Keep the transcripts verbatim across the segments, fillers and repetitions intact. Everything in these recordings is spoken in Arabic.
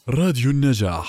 راديو النجاح.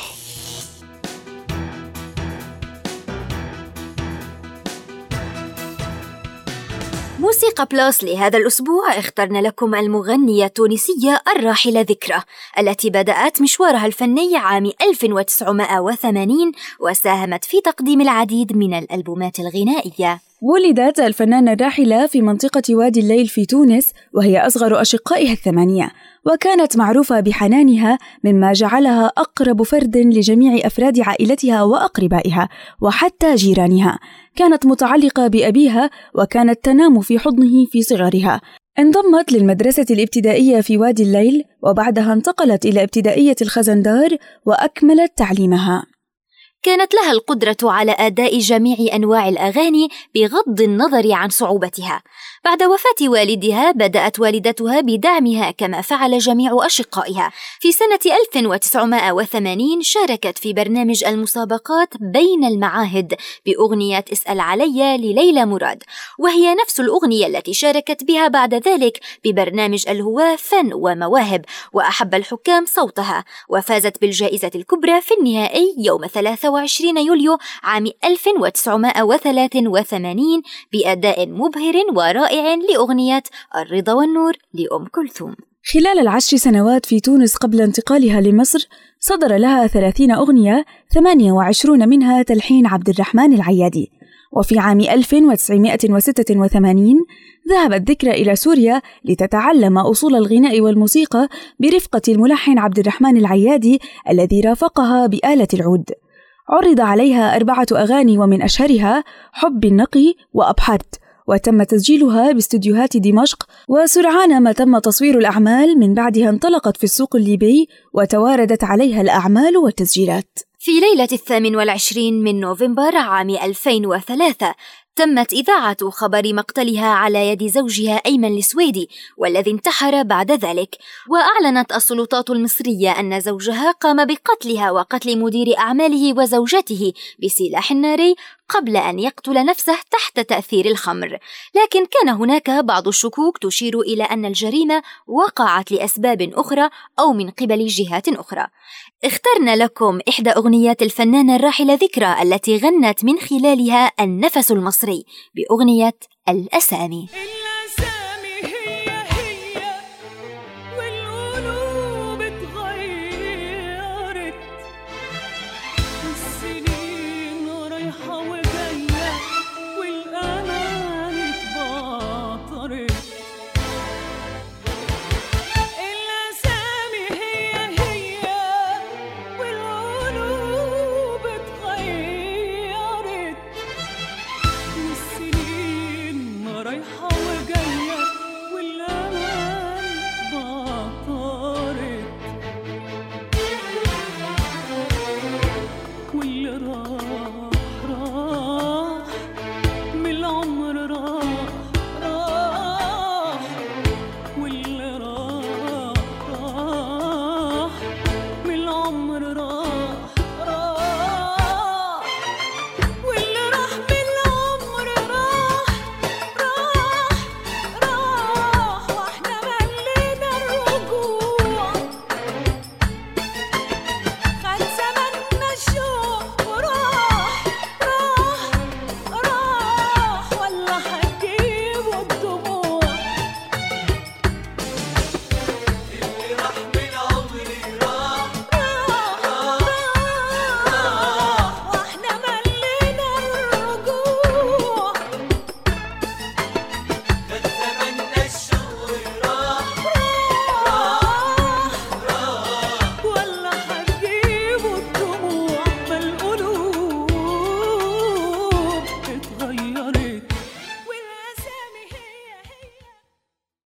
موسيقى بلس لهذا الأسبوع اخترنا لكم المغنية التونسية الراحلة ذكرى، التي بدأت مشوارها الفني عام ألف وتسعمائة وثمانين وساهمت في تقديم العديد من الألبومات الغنائية. ولدت الفنانة الراحلة في منطقة وادي الليل في تونس، وهي أصغر أشقائها الثمانية، وكانت معروفة بحنانها مما جعلها أقرب فرد لجميع أفراد عائلتها وأقربائها وحتى جيرانها. كانت متعلقة بأبيها وكانت تنام في حضنه في صغرها. انضمت للمدرسة الابتدائية في وادي الليل، وبعدها انتقلت إلى ابتدائية الخزندار وأكملت تعليمها. كانت لها القدرة على أداء جميع أنواع الأغاني بغض النظر عن صعوبتها. بعد وفاة والدها بدأت والدتها بدعمها كما فعل جميع أشقائها. في سنة ألف وتسعمائة وثمانين شاركت في برنامج المسابقات بين المعاهد بأغنية اسأل علي لليلى مراد، وهي نفس الأغنية التي شاركت بها بعد ذلك ببرنامج الهواة فن ومواهب، وأحب الحكام صوتها، وفازت بالجائزة الكبرى في النهائي يوم ثلاثة وعشرين يوليو عام ألف وتسعمائة وثلاثة وثمانين بأداء مبهر ورائع لأغنية الرضا والنور لأم كلثوم. خلال العشر سنوات في تونس قبل انتقالها لمصر صدر لها ثلاثين أغنية، ثمانية وعشرين منها تلحين عبد الرحمن العيادي. وفي عام ألف وتسعمائة وستة وثمانين ذهبت ذكرى إلى سوريا لتتعلم أصول الغناء والموسيقى برفقة الملحن عبد الرحمن العيادي الذي رافقها بآلة العود. عرض عليها أربعة أغاني، ومن أشهرها حب النقي وأبحرت، وتم تسجيلها باستديوهات دمشق. وسرعان ما تم تصوير الأعمال، من بعدها انطلقت في السوق الليبي وتواردت عليها الأعمال والتسجيلات. في ليلة الثامن والعشرين من نوفمبر عام ألفين وثلاثة تمت إذاعة خبر مقتلها على يد زوجها أيمن السويدي، والذي انتحر بعد ذلك. وأعلنت السلطات المصرية أن زوجها قام بقتلها وقتل مدير أعماله وزوجته بسلاح ناري قبل أن يقتل نفسه تحت تأثير الخمر. لكن كان هناك بعض الشكوك تشير إلى أن الجريمة وقعت لأسباب أخرى أو من قبل جهات أخرى. اخترنا لكم إحدى أغنيات الفنانة الراحلة ذكرى التي غنت من خلالها النفس المصري بأغنية الأسامي.